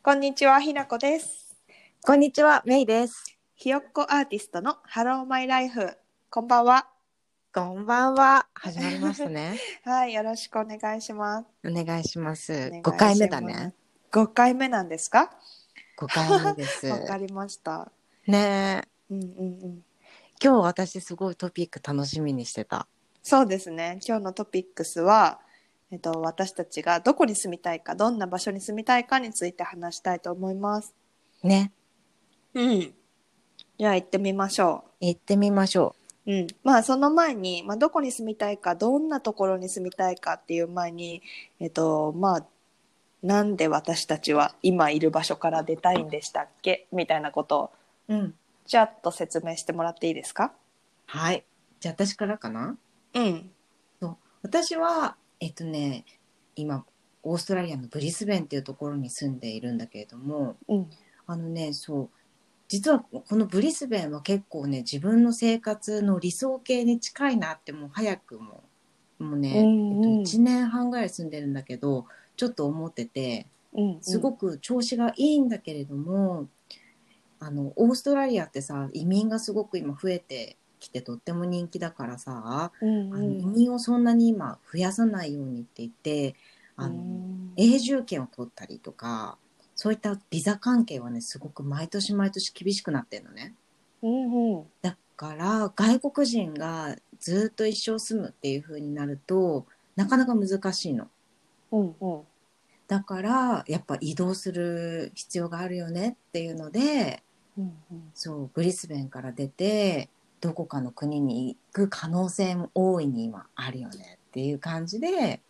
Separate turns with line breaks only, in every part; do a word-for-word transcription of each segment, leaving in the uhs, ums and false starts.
こんにちは、ひなこです。
こんにちは、めいです。
ひよっこアーティストのハローマイライフ。こんばんは。
こんばんは。始まりましたね。
はい、よろしくお願いします。
お願いしま
お
す。
願い
ごかいめ
します。
だね。
ごかいめなんですか？
ごかいめです。
わかりました。
ねえ。
うんうんうん。
今日私すごいトピック楽しみにしてた。
そうですね。今日のトピックスは、えっと、私たちがどこに住みたいか、どんな場所に住みたいかについて話したいと思います。
ね。
うん。じゃあ行ってみましょ
行ってみましょ
う。うん。まあその前に、まあ、どこに住みたいか、どんなところに住みたいかっていう前に、えっと、まあ、なんで私たちは今いる場所から出たいんでしたっけみたいなことを
う。うん。
ちょっと説明してもらっていいですか？
はい。じゃあ私からかな。
うん。
そう。私は、えっとね、今、オーストラリアのブリスベンっていうところに住んでいるんだけれども、
うん。
あのね、そう。実はこのブリスベンは結構ね、自分の生活の理想形に近いなって、もう早くももう
う
ね、えっと、
んうん。
いちねんはんぐらい住んでるんだけど、ちょっと思ってて、
うんうん。
すごく調子がいいんだけれども、あの、オーストラリアってさ、移民がすごく今増えてきてとっても人気だからさ、
うん
あの移
うん。
民をそんなに今増やさないようにって言って、
う
あの、
ん
永住権を取ったりとか、そういったビザ関係はね、すごく毎年毎年厳しくなってるのね。
うんうん。
だから外国人がずっと一生住むっていう風になるとなかなか難しいの。
うんうん。
だからやっぱ移動する必要があるよねっていうので、
うんうん。
そうブリスベンから出てどこかの国に行く可能性も大いに今あるよねっていう感じで、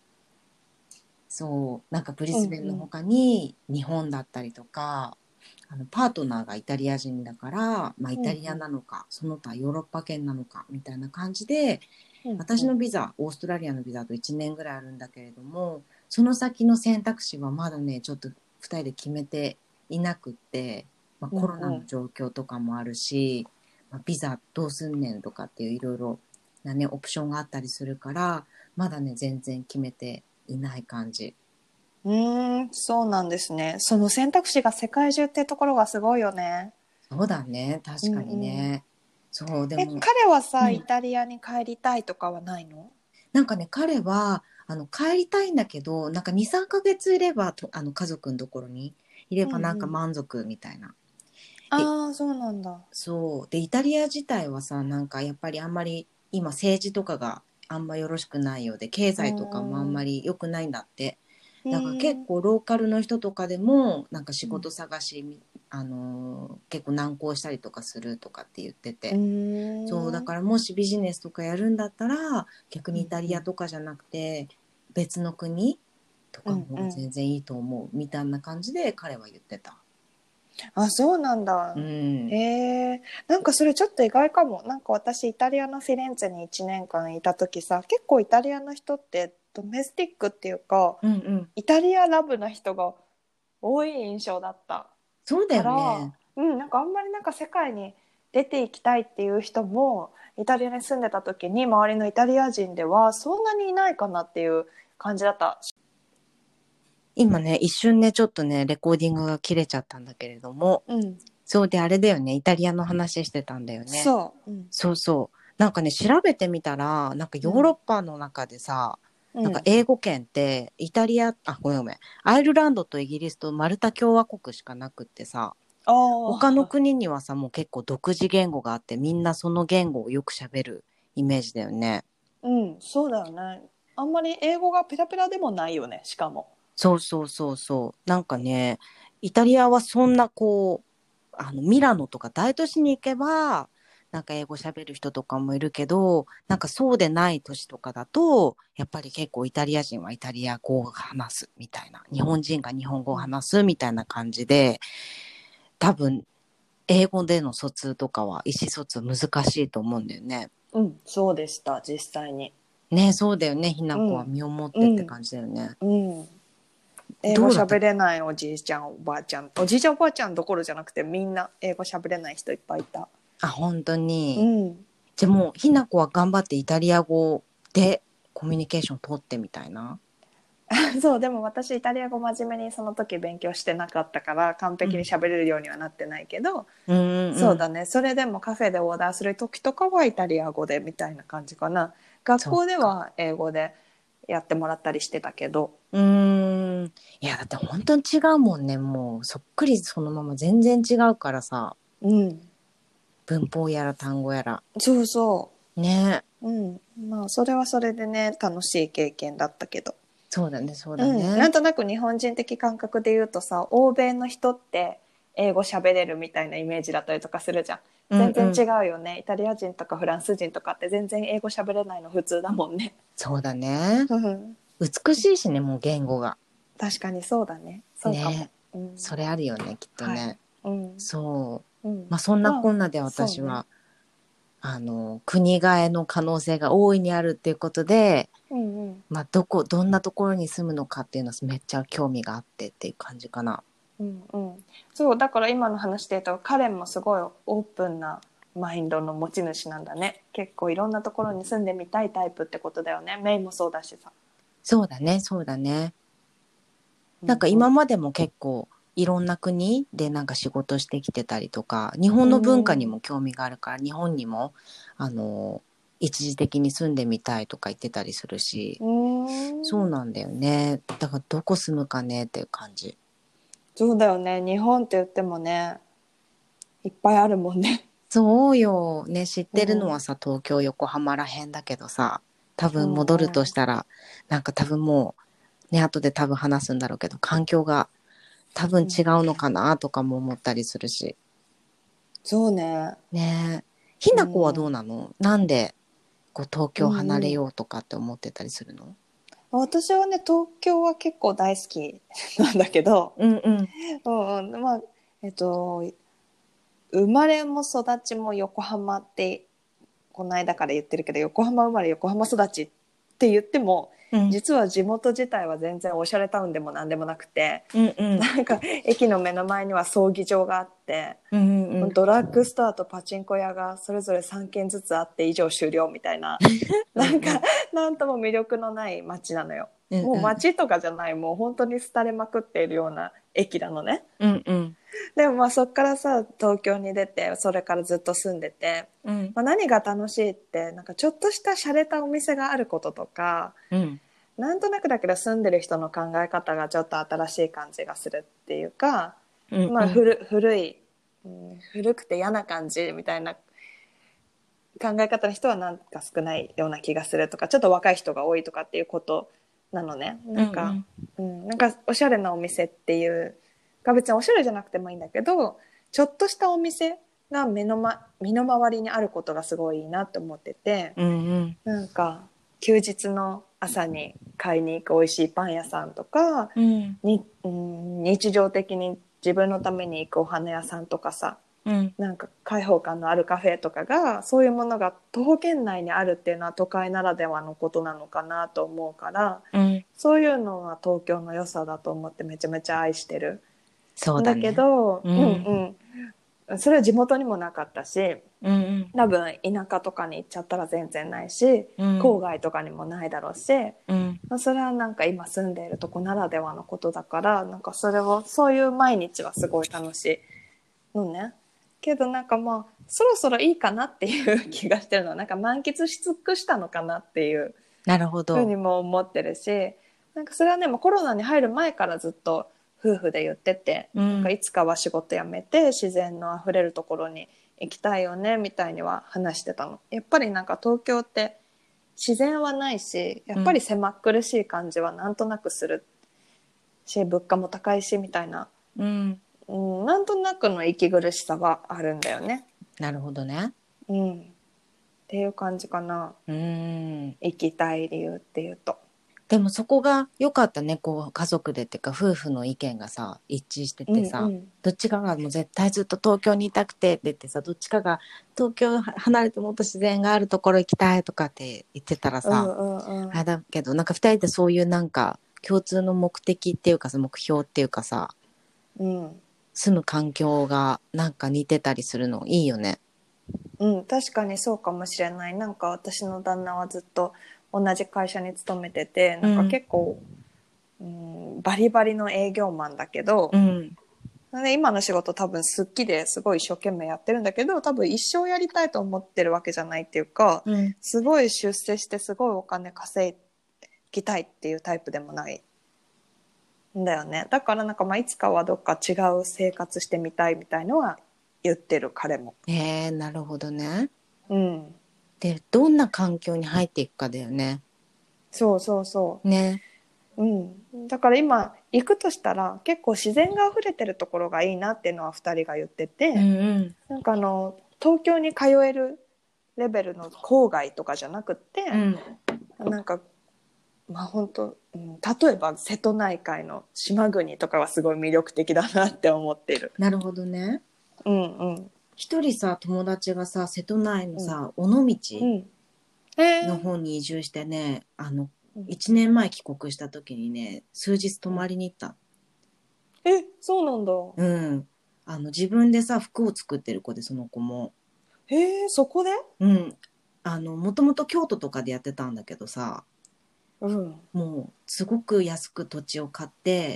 そうなんかブリスベンの他に日本だったりとか、あのパートナーがイタリア人だから、まあ、イタリアなのかその他ヨーロッパ圏なのかみたいな感じで、
うんうん。
私のビザオーストラリアのビザといちねんぐらいあるんだけれども、その先の選択肢はまだねちょっとふたりで決めていなくって、まあ、コロナの状況とかもあるし、まあ、ビザどうすんねんとかっていういろいろなねオプションがあったりするから、まだね全然決めていない感じ。
うーん、そうなんですね。その選択肢が世界中ってところがすごいよね。
そうだね、
うん
確かに
うん。
ね。そうで
え、
も、
彼はさ、イ
うん、
タリアに帰りたいとかはないの？
なんかね彼はあの帰りたいんだけど、なんかに、さんかげついればとあの家族のところにいればなんか
うんうん。
満足みたいな。で、
ああ、そうなんだ。
そうでイタリア自体はさ、なんかやっぱりあんまり今政治とかがあんまよろしくないようで、経
うー
済とかもあんま
ん。
り良くないんだって。
へ
だから結
え。
構ローカルの人とかでもなんか仕
うん。
事探し、あのー結構難航したりとかするとかって言って
う
て、そうだ
ーん。
からもしビジネスとかやるんだったら逆にイタリア
うん
とかじゃなくて別の国と
う
かの方が
んうん。
全然いいと思うみたいな感じで彼は言ってた。
あ、そうなん
う
だ。へ
ん。
え。なんかそれちょっと意外かも。なんか私イタリアのフィレンツェにいちねんかんいた時さ、結構イタリアの人ってドメスティックっていうか、
うんうん。
イタリアラブな人が多い印象だった
そうだ
から、
よね。
うん、なんかあんまりなんか世界に出ていきたいっていう人もイタリアに住んでた時に周りのイタリア人ではそんなにいないかなっていう感じだった。
今ね一瞬ねちょっとねレコーディングが切れちゃったんだけれども、
うん、
そうであれだよね、イタリアの話してたんだよね。
そう、うん、
そうそう、なんかね調べてみたらなんかヨーロッ
うん、
パの中でさ、なんか
うん。
英語圏ってイタリア、あ、ごめんごめん、アイルランドとイギリスとマルタ共和国しかなくってさ、他の
ああ、
国にはさもう結構独自言語があってみんなその言語をよく喋るイメージだよね。
うん、そうだよね。あんまり英語がペラペラでもないよね、しかも。
そうそうそうそう、なんかねイタリアはそんなこうあのミラノとか大都市に行けばなんか英語喋る人とかもいるけど、なんかそうでない都市とかだとやっぱり結構イタリア人はイタリア語を話すみたいな、日本人が日本語を
うん、
話すみたいな感じで、多分英語での疎通とかは意思疎通難しいと思うんだよね。
うん、そうでした、実際に。
ね、そうだよね。ひな子は
うん、
身をもってって
うん、
感じだよね。
うん。英語
どうだった？
喋れないおじいちゃんおばあちゃん、おじいちゃんおばあちゃんどころじゃなくてみんな英語喋れない人いっぱいいた。
あ、本当に。
うん。
じゃあもうひな子は頑張ってイタリア語でコミュニケーション取ってみたいな。
そうでも私イタリア語真面目にその時勉強してなかったから完璧に喋れるようにはなってないけど、
うんうんうん。
そうだね。それでもカフェでオーダーする時とかはイタリア語でみたいな感じかな。学
そっか。
校では英語でやってもらったりしてたけど。
うーん。いや、だって本当に違うもんね。もうそっくりそのまま全然違うからさ。
うん。
文法やら単語やら。
そうそ
ね。
う。うん。まあそれはそれでね楽しい経験だったけど。
そうだね、そう
うん。な
だね。
んとなく日本人的感覚で言うとさ、欧米の人って英語喋れるみたいなイメージだったりとかするじゃん。全然違
うんうん。
うよね。イタリア人とかフランス人とかって全然英語喋れないの普通だもんね。
そうだね。
うん。
美しいしね、もう言語が。
確かにそうだね。そうかも。
ね。
うん。
それあるよね、きっと
はい。
ね。
うん。
そう。
うん。
まあそんな
まあ、
こんなで
そうね。
私は、あの、国替えの可能性が大いにあるっていうことで、
うんうん。
まあどこ、どんなところに住むのかっていうのはめっちゃ興味があってっていう感じかな。
うんうん。そう、だから今の話で言うと、カレンもすごいオープンなマインドの持ち主なんだね。結構いろんなところに住んでみたいタイプってことだよね。メイもそうだしさ。
そうだね、そうだね。なんか
うんうん。
今までも結構いろんな国でなんか仕事してきてたりとか、日本
う
の文化に
ん
も興味があるから、日本にも、あの、一時的に住んでみたいとか言ってたりするし、
うん。
そうなんだよね。だからどこ住むかねっていう感じ。
そうだよね。日本って言ってもね、いっぱいあるもんね。
そうよ。ね、知ってるのは
うん。
さ、東京、横浜らへんだけどさ、多
う
分戻る
んうん。
としたら、なんか多分もう、ね、後で多分話すんだろうけど、環境が多分違うのかなとかも思ったりするし。
そうね。
ねえ。ひ
う
なこはどう
ん。
なの？なんで、こう、東
う
京離れ
んうん。
ようとかって思ってたりするの？
私はね、東京は結構大好きなんだけど、
うんうん。
うんうん、まあ、えっと、生まれも育ちも横浜ってこの間から言ってるけど、横浜生まれ横浜育ちって言っても
うん
実は地元自体は全然おしゃれタウンでも何でもなくて、
うんうん。
なんか駅の目の前には葬儀場があって、
うんうんうん。
ドラッグストアとパチンコ屋がそれぞれさんけんずつあって以上終了みたいな、なんか
うんうん。
なんとも魅力のない街なのよ。もう
うんうん。
街とかじゃない、もう本当に廃れまくっているような駅なのね。
うんうん。
でもまあそっからさ東京に出てそれからずっと住んでて、
うん。
まあ、何が楽しいってなんかちょっとした洒落たお店があることとか、
うん。
なんとなくだけど住んでる人の考え方がちょっと新しい感じがするっていうか、まあ、
うんうん。
古古い、うん、古くて嫌な感じみたいな考え方の人はなんか少ないような気がするとか、ちょっと若い人が多いとかっていうことなのね。なんか、
うんうん。
うん、なんかおしゃれなお店っていうか、別におしゃれじゃなくてもいいんだけど、ちょっとしたお店が目の、ま、身の回りにあることがすごいいいなって思ってて、
うんうん。
なんか休日の朝に買いに行く美味しいパン屋さんとか、
うん。
に、うん、日常的に自分のために行くお花屋さんとかさ、
うん。
なんか開放感のあるカフェとかが、そういうものが徒歩圏内にあるっていうのは都会ならではのことなのかなと思うから、
うん。
そういうのは東京の良さだと思ってめちゃめちゃ愛してるんだけ
そうだね。
ど、うん
うん。
うん、それは地元にもなかったし、
うんうん。
多分田舎とかに行っちゃったら全然ないし、
うん。
郊外とかにもないだろうし、
うん。
それはなんか今住んでいるとこならではのことだから、なんかそれをそういう毎日はすごい楽しいのね。けどなんかまあそろそろいいかなっていう気がしてるの。なんか満喫し尽くしたのかなっていう
なるほど。
ふうにも思ってるし、なんかそれはねもうコロナに入る前からずっと夫婦で言ってて、なんか
うん。
いつかは仕事辞めて自然のあふれるところに行きたいよねみたいには話してたの。やっぱりなんか東京って自然はないし、やっぱり狭苦しい感じはなんとなくするし、物価も高いしみたいな、
うん。
うん、なんとなくの息苦しさはあるんだよね。
なるほどね。
うん、っていう感じかな。
うん。
行きたい理由っていうと。
でもそこが良かったね。こう家族でっていうか夫婦の意見がさ一致して
うん
てさ、
うん。
どっちかがもう絶対ずっと東京にいたくてって言ってさ、どっちかが東京離れてもっと自然があるところ行きたいとかって言ってたらさ、
うんうんうん。
あれだけどなんか二人でそういうなんか共通の目的っていうかさ、目標っていうかさ、
うん。
住む環境がなんか似てたりするのいいよね。
うん、確かにそうかもしれない。なんか私の旦那はずっと同じ会社に勤めてて、なんか
うん
結構うん、バリバリの営業マンだけど、
うん、
で今の仕事多分好きですごい一生懸命やってるんだけど、多分一生やりたいと思ってるわけじゃないっていうか、
うん、
すごい出世してすごいお金稼ぎたいっていうタイプでもないんだよね。だからなんかまあいつかはどっか違う生活してみたいみたいのは言ってる彼も。
えー、なるほどね。
うん。
で、どんな環境に入っていくかだよね。
そうそうそ
ね。
う。うん。だから今行くとしたら結構自然が溢れてるところがいいなっていうのはふたりが言ってて、
うんうん。
なんかあの東京に通えるレベルの郊外とかじゃなくって、
うん。
なんかまあ本当、うん、例えば瀬戸内海の島国とかはすごい魅力的だなって思ってる。
なるほどね。
うんうん
一人さ、友達がさ、瀬戸内の
うん
さ、尾道
うんえー
の方に移住してね、あの、
うん
いちねんまえ帰国した時にね、数日泊まりに行った。
えそうなんだ。
うん。あの、自分でさ、服を作ってる子で、その子も。
えー、そこで
うん。あの、もともと京都とかでやってたんだけどさ、
うん
もう、すごく安く土地を買って、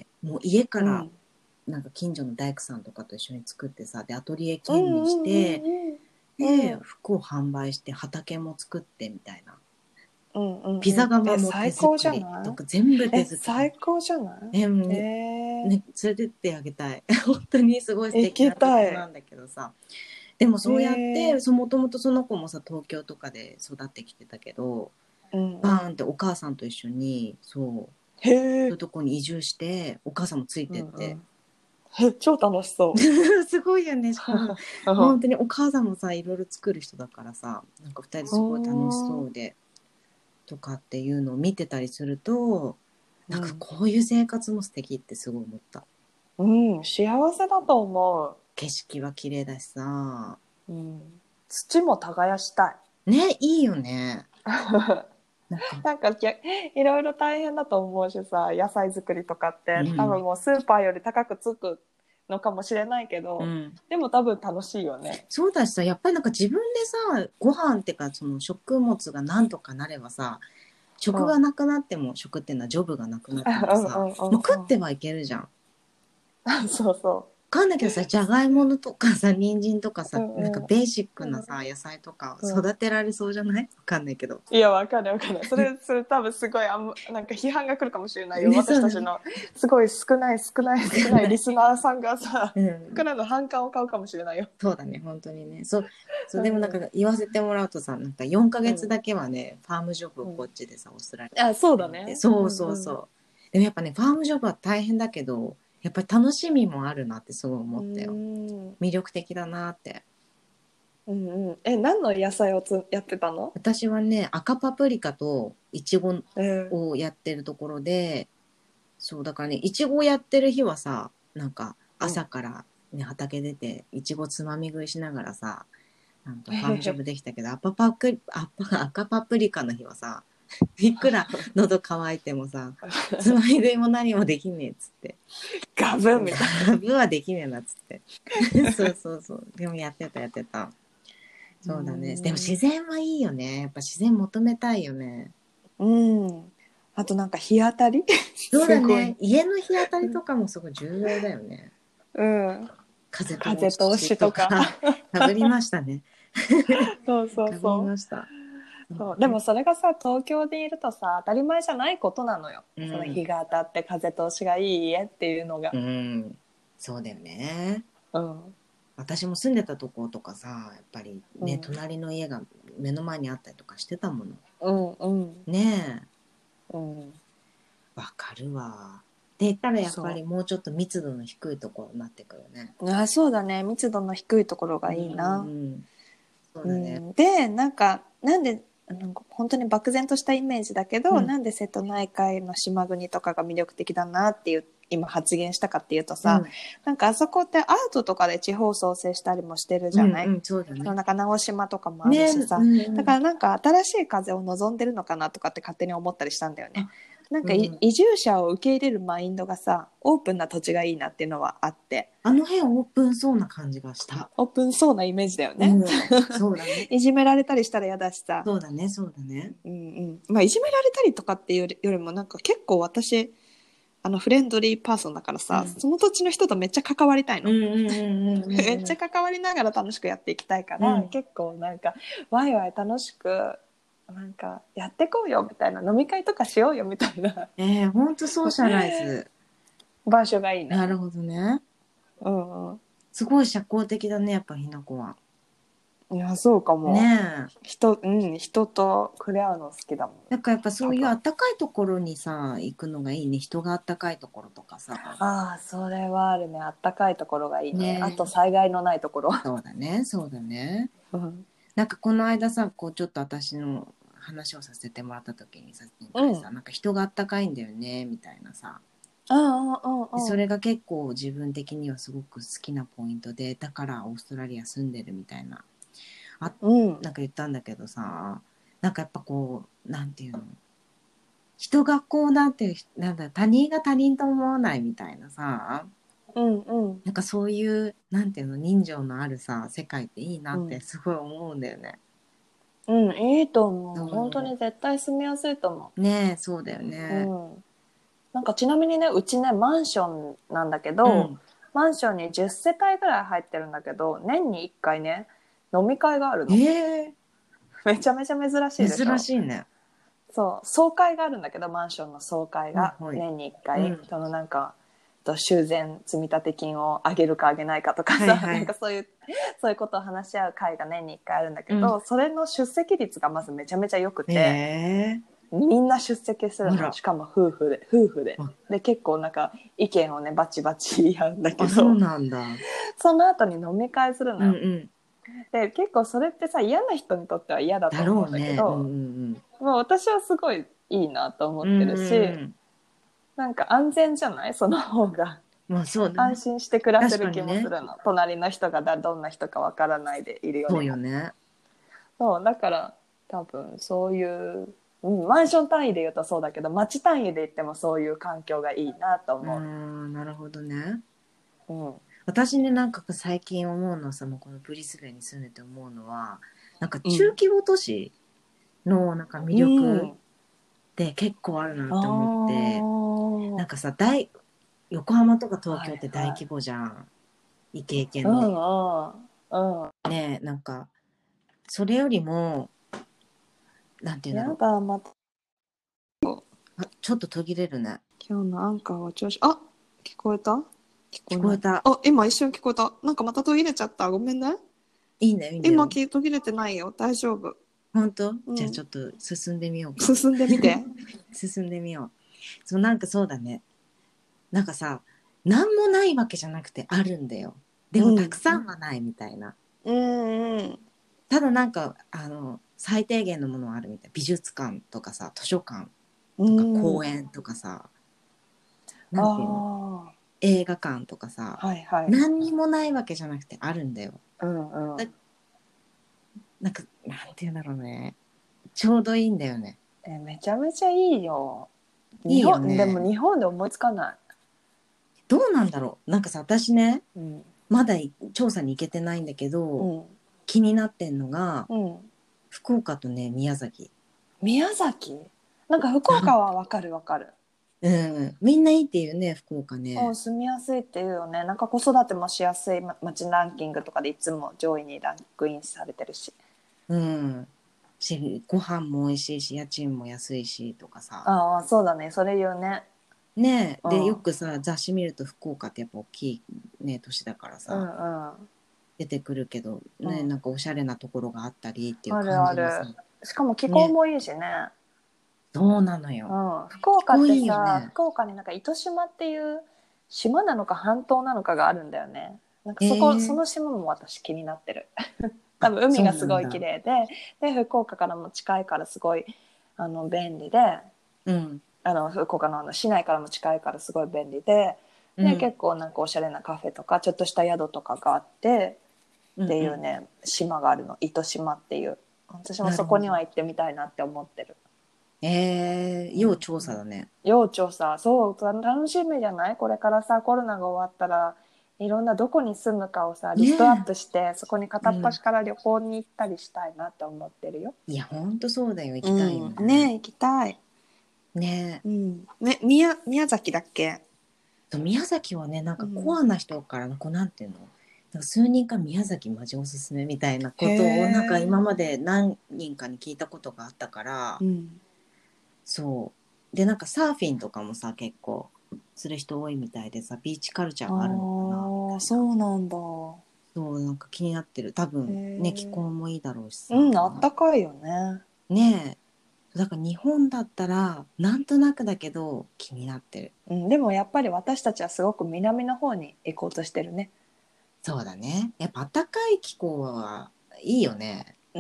もう家から
うん
なんか近所の大工さんとかと一緒に作ってさ、で、アトリエ
うん
兼務し
うん
て、
うん
で、
うん
服を販売して畑も作ってみたいな。
うんうん
ピザ窯
え
も手
最高じ
作り
ゃな
とか全部
いえ
手作り。
最高じゃな
え、も
い
う
えー、
ね、連れてってあげたい。本当にすごい素
行
敵なと
きたい
こなんだけどさ。でも
え
そうやって、
ー、
そもともとその子もさ、東京とかで育ってきてたけど、
うんうん
バーンってお母さんと一緒に、そう、そう
へえ
いうとこに移住して、お母さんもつい
うんう
てって。
んえ超楽しそ
すごいよね。しかも、
ううん
本当にお母さんもさ、いろいろ作る人だからさ、なんか二人すごい楽しそうで、とかっていうのを見てたりすると、なんかこういう生活も素敵ってすごい思った。
うん、うん、幸せだと思
景色は綺麗だしさ。
う、うん、土も耕したい
ね、いいよね。なんか、
なんか逆いろいろ大変だと思うしさ野菜作りとかって多分
うん。
もうスーパーより高くつくのかもしれないけど
うん。
でも多分楽しいよね。
そうだしさ、やっぱりなんか自分でさ、ご飯ってか、その食物がなんとかなればさ、食が
うん
なくなっても、食っていうのはジョブがなくなっても
うん
さ、
うんうん
もう食ってはいけるじゃん。
うんそうそ
わかんないけどさ、じゃがいものとかさ、人参とかさ、
う、うん
なんか
うん
ベーシック
うん
なさ、野菜とか
うん
育てられそうじゃないわかんないけど。
いやわかんないわかんないそれそれ多分すごいあんまなんか批判が来るかもしれないよ、
ね、そうだね。
私たちのすごい少ない少ない少ないリスナーさんがさ
うん。
からの反感を買うかもしれないよ。
そうだね、本当にね。そう、そう、でもなんか
うん
言わせてもらうとさ、なんかよんかげつ
うん
だけはね、ファームジョブを
うん
こっちでさ、オーストラリ
あそうだ
アで。
ね
そう
うんうん
そうそう。でもやっぱね、ファームジョブは大変だけど、やっぱり楽しみもあるなってすごい思
う
ったよ。
ん
魅力的だなって。
うんうんえ何の野菜をつやってたの？
私はね、赤パプリカとイチゴ
うん
をやってるところで、そう、だからね、いちごやってる日はさ、なんか朝からね、畑出て、いちごつまみ食いしながらさ、なんかファームジョブできたけど、赤パプリ、赤赤パプリカの日はさ、いくら喉乾いてもさ、つまみ食いも何もできねえっつって。
ガブンみたい
ガブはできねえなっつって。そうそうそう。でもやってたやってた。そうだね。でも自然はいいよね。やっぱ自然求めたいよね。
な。うんあとなんか日当たり
そうだ
すごい
ね。家の日当たりとかもすごい重要だよね。
うん
風
風通
通しと
しとか
か。かぶりましたね。
そうそう
かぶり
そ
ました。
うそうでもそれがさ東京にいるとさ当たり前じゃないことなのよ、
うん、
その日が当たって風通しがいい家っていうのが
うん。そうだよね。
うん
私も住んでたとことかさ、やっぱりね、
うん
隣の家が目の前にあったりとかしてたもの。
うんうん
ねえ。
うん
わかるわ。って言ったらやっぱ
そ
りもうちょっと密度の低いところになってくるね。
うあそうだね密度の低いところがいいな、
うんうん、そう
う
だね。
ん、でなんかなんでなんか本当に漠然としたイメージだけど、
うん
なんで瀬戸内海の島国とかが魅力的だなっていう今発言したかっていうとさ、
うん
なんかあそこってアートとかで地方創生したりもしてるじゃない、
うんうん、そうだね。
そのなんか直島とかもある
ね、
しさ、
うんうん、
だからなんか新しい風を望んでるのかなとかって勝手に思ったりしたんだよね。なんか、
うん、
移住者を受け入れるマインドがさオープンな土地がいいなっていうのはあって、
あの辺オープンそうな感じがした。
オープンそうなイメージだよね、
うん、そうだね。
いじめられたりしたら嫌だしさ、
そうだね、そうだね。
うんうんまあ、いじめられたりとかっていうよりもなんか結構私あのフレンドリーパーソンだからさ、
うん
その土地の人とめっちゃ関わりたいの、
うんうんうんうんうん
めっちゃ関わりながら楽しくやっていきたいから、
うん
結構なんかワイワイ楽しくなんかやってこうよみたいな、飲み会とかしようよみたいな
えー、ほんとソーシャライズ。
場所がいいね。
なるほどね。
うんうん。
すごい社交的だね、やっぱひなこは。
いやそうかも。
ねえ。
人、うん、人と触れ合うの好きだもん。
なんかやっぱそういう
多分
あったかいところにさ、行くのがいいね。人があったかいところとかさ。
ああ、それはあるね。あったかいところがいいね。
ね
あと災害のないところ。
そうだね、そうだね。
うん、
なんかこの間さ、こうちょっと私の話をさせてもらった時にさ、今回さ、
うん、
なんか人があったかいんだよね、みたいなさ。
うんうんうん
でそれが結構自分的にはすごく好きなポイントで、だからオーストラリア住んでるみたいな、あ、
うん。
なんか言ったんだけどさ、なんかやっぱこう、なんていうの、人がこうなんていう、なんだ、他人が他人と思わないみたいなさ、
うんうん
なんかそういう、なんていうの、人情のあるさ、世界っていいなって
うん
すごい思うんだよね。
うん、いいと思う。本当
そ
に絶対住みやすいと思
う。ねえ、そうだよ
う。
ね。
うん。なんかちなみにね、うちね、マンションなんだけど、
うん。
マンションにじゅっ世帯ぐらい入ってるんだけど、年にいっかいね、飲み会があるの。
ええ
めちゃめちゃ珍しいでし
珍
ょ。
しいね。
そう、総会があるんだけど、マンションの総会が
はいはい。
年にいっかい、
うん。
そのなんか、と修繕積立金を上げるか上げないかとかさ、
はいはい
なんかそういうそういうことを話し合う会が年にいっかいあるんだけ
うん。
ど、それの出席率がまずめちゃめちゃ良くて、
ええ
みんな出席するの。
あら。
しかも夫婦で夫婦で
あ、
で結構なんか意見をねバチバチ言い合うんだけ
あ、そう
ど、
なんだ。
その後に飲み会するのよ。
うんうん。
で結構それってさ、嫌な人にとっては嫌だと
だ
思うんだけ
ろうね。うん
ど、
うん
まあ、私はすごいいいなと思
うん。
ってるし、
うん。
なんか安全じゃない、その方が。
まあそうだね。
安心して暮らせ
確
る
かにね。
気もするの。隣の人がだどんな人かわからないでいるよ
そう
りも。
よね。
そうだから多分そういう、うん、マンション単位で言うとそうだけど、町単位で言ってもそういう環境がいいなと
うー
思
ん、なるほどね。
う。うん。
私ね、なんか最近思うのはさ、もうこのブリスベンに住んでて思うのは、なんか中
うん
規模都市のなんか魅力っ
うん
て結構あるな
あ
って思って、なん
ー
かさ、大、横浜とか東
は
京って大
いはい。
規模じゃん。イケイケ
うん
の。
うんうん。
ね、なんか、それよりも、なんて言うんだろう。
やだ、また
あ、ちょっと途切れるね。
今日のアンカーは調子、あ、聞こえた？聞こえない。
聞こえた。
あ、今一瞬聞こえた。なんかまた途切れちゃった。ごめんね。
いいんだよ、いいんだ
今
よ。
聞途切れてないよ。大丈夫。
本当？
うん。
じゃあちょっと進んでみようか。
進んでみて。
進んでみよう。そう、なんかそうだね。なんかさ、なんもないわけじゃなくてあるんだよ。でもたく
うん。
さんはないみたいな。
うんうん。
ただなんか、あの、最低限のものはあるみたい。美術館とかさ、図書館
う
とか
ん。
公園とかさ、
あ
なんていうの、
あ。
映画館とかさ、
はいはい。
何にもないわけじゃなくてあるんだよ。
うんう
だ
ん。
なんか、なんていうんだろうね。ちょうどいいんだよね。
え、めちゃめちゃいいよ。日
いいよ
本、でも
ね。
日本で思いつかない。
どうなんだろう。なんかさ、私ね、
うん。
まだ調査に行けてないんだけど、
うん。
気になってんのが、
うん。
福岡とね、宮崎。
宮崎なんか福岡はわかるわかる。
うん、みんないいって言うね、福岡ね。
うん、住みやすいっていうよね。なんか子育てもしやすいま街ランキングとかでいつも上位にランクインされてるし。
うん。し、ご飯も美味しいし、家賃も安いしとかさ。
ああ、そうだね。それ言うね。
ねえ、で、よ
うん。
くさ、雑誌見ると福岡ってやっぱ大きいね、都市だから
う
さ、
んうん。
出てくるけど、ね、
うん。
なんかおしゃれなところがあったりっていう
ある
感じのさ、
ある。しかも気候
ね、
もいいしね。
そうなのよ。
うん。福岡って
気候いいよ
さ、
ね。
福岡になんか糸島っていう島なのか半島なのかがあるんだよね。なんか
へ
そこ、そ
え。
の島も私気になってる。多
あ、
分海
そう
がすごい綺
なんだ。
麗で、で、福岡からも近いからすごい、あの、便利で、
うん。
あの、福岡のあの市内からも近いからすごい便利で、で、
うん。
結構なんかおしゃれなカフェとか、ちょっとした宿とかがあって、っていう
うんうん。
ね、島があるの。糸島っていう。私もそこ
なるほど。
には行ってみたいなって思ってる。
ええ、
うん、
要調査だね。
幼鳥さ、そう楽しみじゃない？これからさ、コロナが終わったらいろんなどこに住むかをさリストアッ
ね
プして、そこに
え。
片っ
うん。
端から旅行に行ったりしたいなって思ってるよ。
いや、ほんとそうだよ。行きたいよ
うん、
ね。
ねえ行きたい。
ね
うん、ね、宮宮崎だっけ？
え、宮崎はねなんか
うん
コアな人からのこうなんていうの、なんか数人か宮崎マジおすすめみたいな
へ
ことをなんか
え。
今まで何人かに聞いたことがあったから、
うん。
そうでなんかサーフィンとかもさ結構する人多いみたいでさ、ビーチカルチャーがあるのかなみた
ああ、
いな。
そうなんだ。
そうなんか気になってる。多
へ
分ね気
え。
候もいいだろうしさ。
うん、あったかいよね。
ねえ、だから日本だったらなんとなくだけど気になってる。
うん、でもやっぱり私たちはすごく南の方に行こうとしてるね。
そうだね、やっぱ暖かい気候はいいよね。
うん、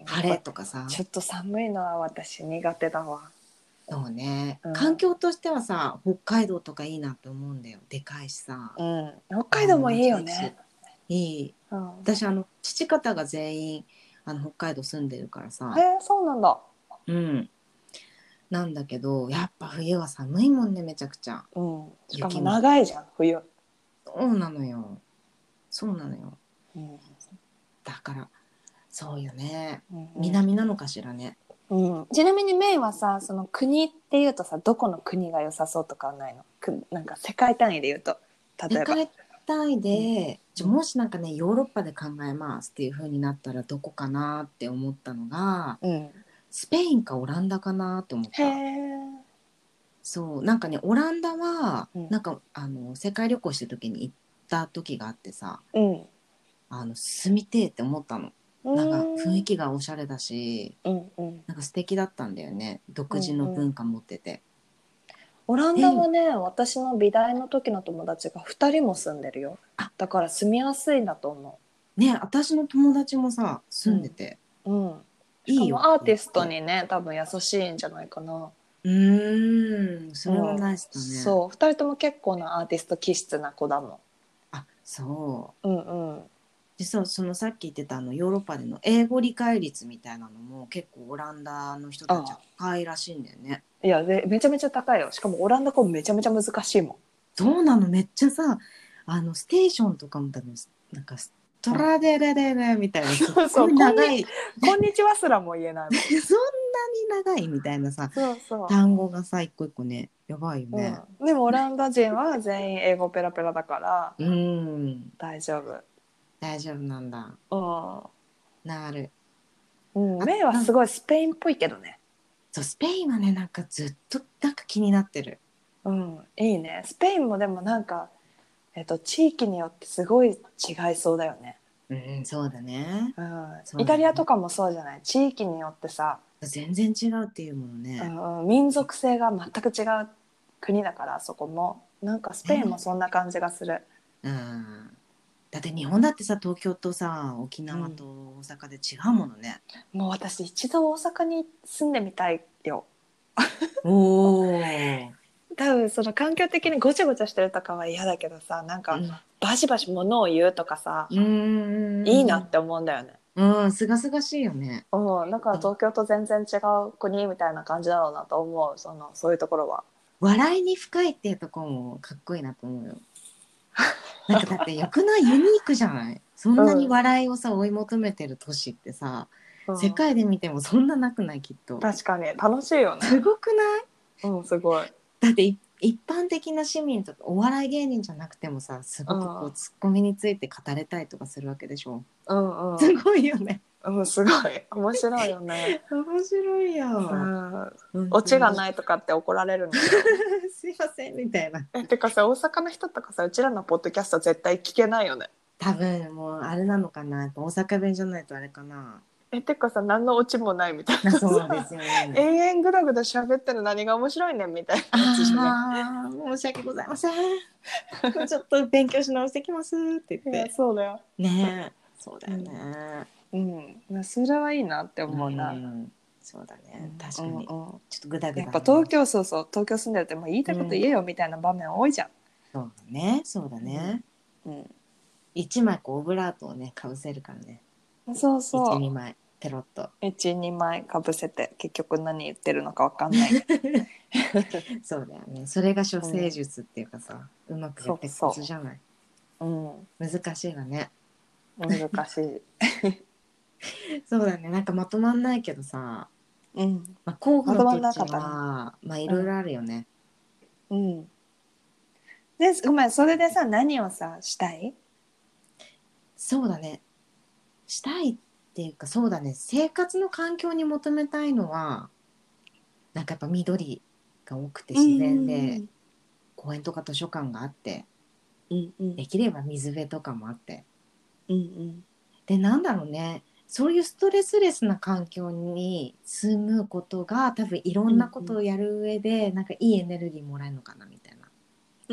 やっ
晴れ
ぱ
とかさ。
ちょっと寒いのは私苦手だわ。
そうね、
うん、
環境としてはさ北海道とかいいなって思うんだよ。でかいしさ、
うん、北海道
山も
もいいよ
近いし。
ね。
いい。
うん、
私あの父方が全員あの北海道住んでるからさ。
へえ、そうなんだ。
うん。なんだけどやっぱ冬は寒いもんね、めちゃくちゃ。
うん、しかも
雪も。
長いじゃん、冬。
そうなのよ。そうなのよ。
うん
だからそうよね。
うん
南なのかしらね。
うん、ちなみにメイはさ、その国っていうとさ、どこの国が良さそうとかはないの？くなんか世界単位で言うと、例えば。
世界単位
うん
で、ちょ
うん
もしなんかねヨーロッパで考えますっていう風になったらどこかなって思ったのが、
うん、
スペインかオランダかなって思っ
へ
た。
え。
そうなんかねオランダは
うん
なんかあの世界旅行してる時に行った時があってさ、
うん
あの住みてえって思ったの。
う
なんか雰囲
ん
気がおしゃれだし、
うんうん
なんか素敵だったんだよね。独自
うんうん。
の文化持ってて。
オランダ
で、
はね、私の美大の時の友達がふたりも住んでるよ。
あ、
だから住みやすいんだと思
ね、私の友達もさ、
う。
住んでて、
うん、うん、しか
いいよって
もアーティスト
言って。
にね、多分優しいんじゃないかな。
うーん、それは
うん、
ナイスだね。
そう、ふたりとも結構なアーティスト気質な子だも
あ、そう。
ん。うんうん。
実はそのさっき言ってたあのヨーロッパでの英語理解率みたいなのも結構オランダの人たちは
あ
高いらしいんだよね。
いやでめちゃめちゃ高いよ。しかもオランダ語めちゃめちゃ難しいも
そうなの、めっちゃさ、あのステーションとかも多分なんかスト
ん。
ラデレレレみたいなすっ
そうそ
ごい
う、こんに
長い
こんにちはすらも言えないもん。
そんなに長いみたいなさ
そうそ
単語がさ一個一個ねやばいよ
う。
ね。
うん。でもオランダ人は全員英語ペラペラだから
うーん、
大丈夫。
大丈夫なんだ。
う
なる。
ん。うん。
あ、
メイは
なん
すごいスペインっぽいけどね。
そうスペインはねなんかずっとなんか気になってる。
うん。いいね。スペインもでもなんかえっと地域によってすごい違いそうだよね。
うん、そうだね。
うん。イタ
そうだね。
リアとかもそうじゃない？地域によってさ、
全然違うっていうもの
う
ね。
んうん、民族性が全く違う国だからそこもなんかスペインも
ね、
そんな感じがする。
うん。だって日本だってさ東京とさ沖
うん、
縄と大阪で違うものね。
もう私一度大阪に住んでみたいよ。
おお。
多分その環境的にごちゃごちゃしてるとかは嫌だけどさ、なんか
うん。
バシバシ物を言うとかさ、
うんうん
いいなって思うんだよね。
うんうん。すがすがしいよね。
うん、だから東京と全然違う国みたいな感じだろうなと思う、そのそういうところは。
笑いに深いっていうところもかっこいいなと思うよ。なんかだってよくない？ユニークじゃない？そんなに
うん、
笑いをさ追い求めてる都市ってさ、
うん、
世界で見てもそんななくない？きっと。
確かに楽しいよね。
すごくない？
うん、すごい。
だってい一般的な市民とかお笑い芸人じゃなくてもさすごくこ
うん
うツッコミについて語れたりとかするわけでしょ。
うんうん
すごいよね。
うん、すごい面白いよね。
面白いよ。
うん、
本当に
オチがないとかって怒られるんだけど。
すいませんみたいな。
え、てかさ、大阪の人とかさ、うちらのポッドキャスト絶対聞けないよね。
多分もうあれなのかな、やっぱ大阪弁じゃないとあれかな。
え、てかさ、何のオチもないみたいな
あ、そうで
さ、
すよ
永
ね。
遠ぐだぐだ喋ってる何が面白いねんみたいなやつじゃない？
ああ、申し訳ございません。ちょっと勉強し直してきますって
いや、
言って。
そうだよ。
ねえ、そうだよね。
うん、うん、それはいいなって
う
思うな。
ん、そうだね。確かに。
うんうんうん、
ちょっとグダグ
やっ
ダね。
ぱ東京、そうそう、東京住んでるってもう言いたいこと
うん、
言えよみたいな場面多いじゃん。
そうだね。そうだね。
うん
一枚こうオブラートをね、かぶせるからね。
うん、そう
一、
そ
二枚、ペロッと。
う。いち、にまいかぶせて結局何言ってるのかわかんない。
そうだよね。それが処
うん、
世術っていうかさ、うまくやっていくコ
そうそ
ツじゃない。
う。うん、
難しいわね。
難しい。
そうだね。なんかまとまんないけどさ、
うん。
まあ、候補
まとまん
の土地
なかったね。
は、まあいろい
うん。
ろあるよね。
うん。で、ごめん、それでさ、何をさ、したい？
そうだね。したいっていうか、そうだね。生活の環境に求めたいのは、なんかやっぱ緑が多くて
うん
自然で、
うん
公園とか図書館があって、
うんうん
できれば水辺とかもあって。
うんうん
で、なんだろうね。そういうストレスレスな環境に住むことが多分いろんなことをやる上でなんかいいエネルギーもらえるのかなみたいな。
うん。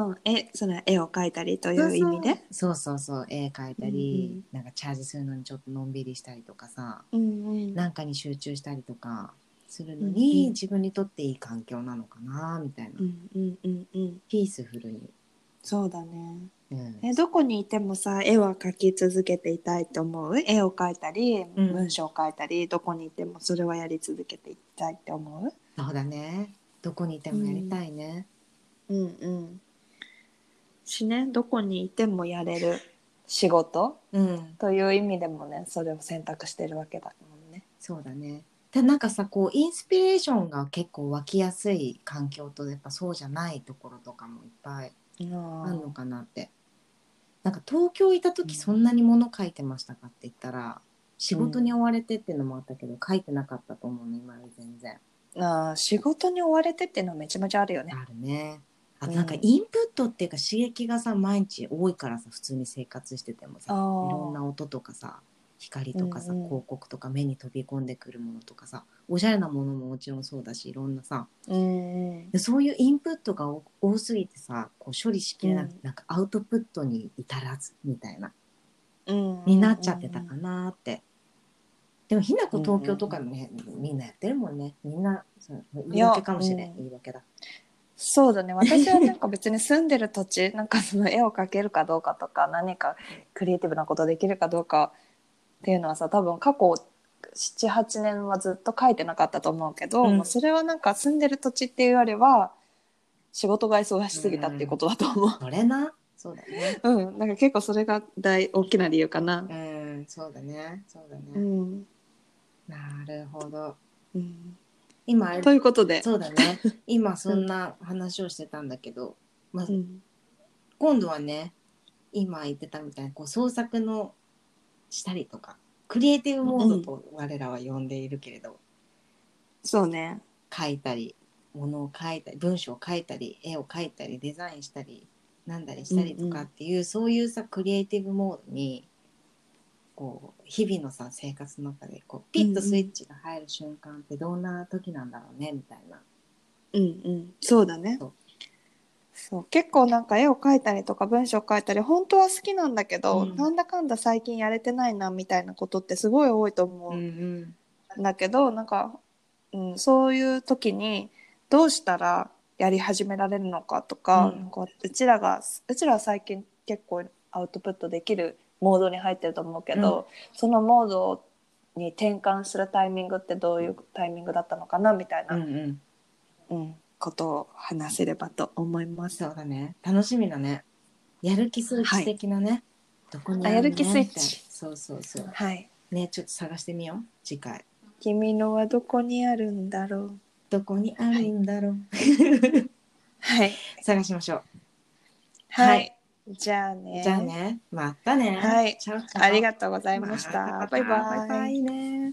ああ、え、それは絵を描いたりとい
そう
う意味で？
そうそうそうそう絵描い
う
たり
ん
なんかチャージするのにちょっとのんびりしたりとかさ、
うんうん
なんかに集中したりとかする
う
のに
んうん
自分にとっていい環境なのかなみたいな。
うんうんうんうん。
ピースフルに。
そうだね。
うん、
え、どこにいてもさ、絵は描き続けていたいと思う？絵を描いたり、
うん、
文章を書いたり、どこにいてもそれはやり続けていきたいって思う？
そうだね。どこにいてもやりたいね。
うんうん。しね、どこにいてもやれる仕事
うん、
という意味でもね、それを選択してるわけだもんね。
そうだね。で、なんかさ、こう、インスピレーションが結構湧きやすい環境と、やっぱそうじゃないところとかもいっぱいあるの
あ
かなって。なんか東京いた
う
時そんなに物書いてましたかって言ったら、仕事に
ん、
追われてっていうのもあったけど、書いてなかったと思うね、今より全然。
あー仕事に追われてっていうのはめちゃめちゃあるよね。
あるね。あとなんか
うん、
インプットっていうか刺激がさ、毎日多いからさ、普通に生活しててもさ、
あ
いろんな
あ、
音とかさ、光
うん
とかさ、
うん
広告とか目に飛び込んでくるものとかさ、おしゃれなものももちろんそうだし、いろんなさ、
うんうん
でそういうインプットが多多すぎてさ、こう処理しきれなくて、
うん
なんかアウトプットに至らずみたいな、
うんうん
になっちゃってたかなって。でもひなこ
うん
東京と
うん。
かね、みんなやってるもんね。みんな、そう言い訳
いや、
かもしれん。
うん、
言い訳だ。
そうだね。私はなんか別に住んでる土地、なんかその絵を描けるかどうかとか、何かクリエイティブなことできるかどうかっていうのはさ、多分過去なな、はちねんはずっと描いてなかったと思うけど、まあ、
うん。
それはなんか住んでる土地っていうよりは仕事が忙しすぎたっていうことだと思う。
それな。そうだね。
うん、なんか結構それが大大きな理由かな。
うん、そうだね。そうだ
う
ね。
ん、
なるほど。
うん、
今あれ、
ということで、
そうだね。今そん
うん、
な話をしてたんだけど、まあ、
うん、
今度はね、今言ってたみたいにこう創作のしたりとか、クリエイティブモード
うん、
と我らは呼んでいるけれど、
そうね。
書いたり、物を書いたり、文章を書いたり、絵を描いたり、デザインしたり、なんだりし
うん、
たりとか
うん、
っていう、そういうさ、クリエイティブモードに、こう、日々のさ、生活の中で、こう、
うん、
ピッとスイッ
うん、
チが入る瞬間ってどんな時なんだろうね、みたいな。
うん、うん、そうだね。
そう。
そう結構なんか絵を描いたりとか文章を書いたり本当は好きなんだけど、
うん。
なんだかんだ最近やれてないなみたいなことってすごい多いと
うんう
思
ん。
うんだけど、なんか、うん、そういう時にどうしたらやり始められるのかとか、なん
うん。
かうちらがうちらは最近結構アウトプットできるモードに入ってると思うけ
うん。
ど、そのモードに転換するタイミングってどういうタイミングだったのかなみたいな、
うんうん。
うん、ことを話せればと思います。
そうだね。楽しみだね。やる気スイッチ
はい。
的なね。どこに
あ、
ある
やる気スイ
ねみたいな。
ッチ。
そうそうそう。
はい。
ね、ちょっと探してみよう。次回。
君のはどこにあるんだろう。
どこにある
はい。
んだろう。
はい。
探しましょう。はい。
はい。じゃあ
じゃあ
ね。
ね。またね。
はい。
チャオチャオ。
ありがとうござい
ま
ました。
たま
バイ
た。バイ
バイ。
バイね。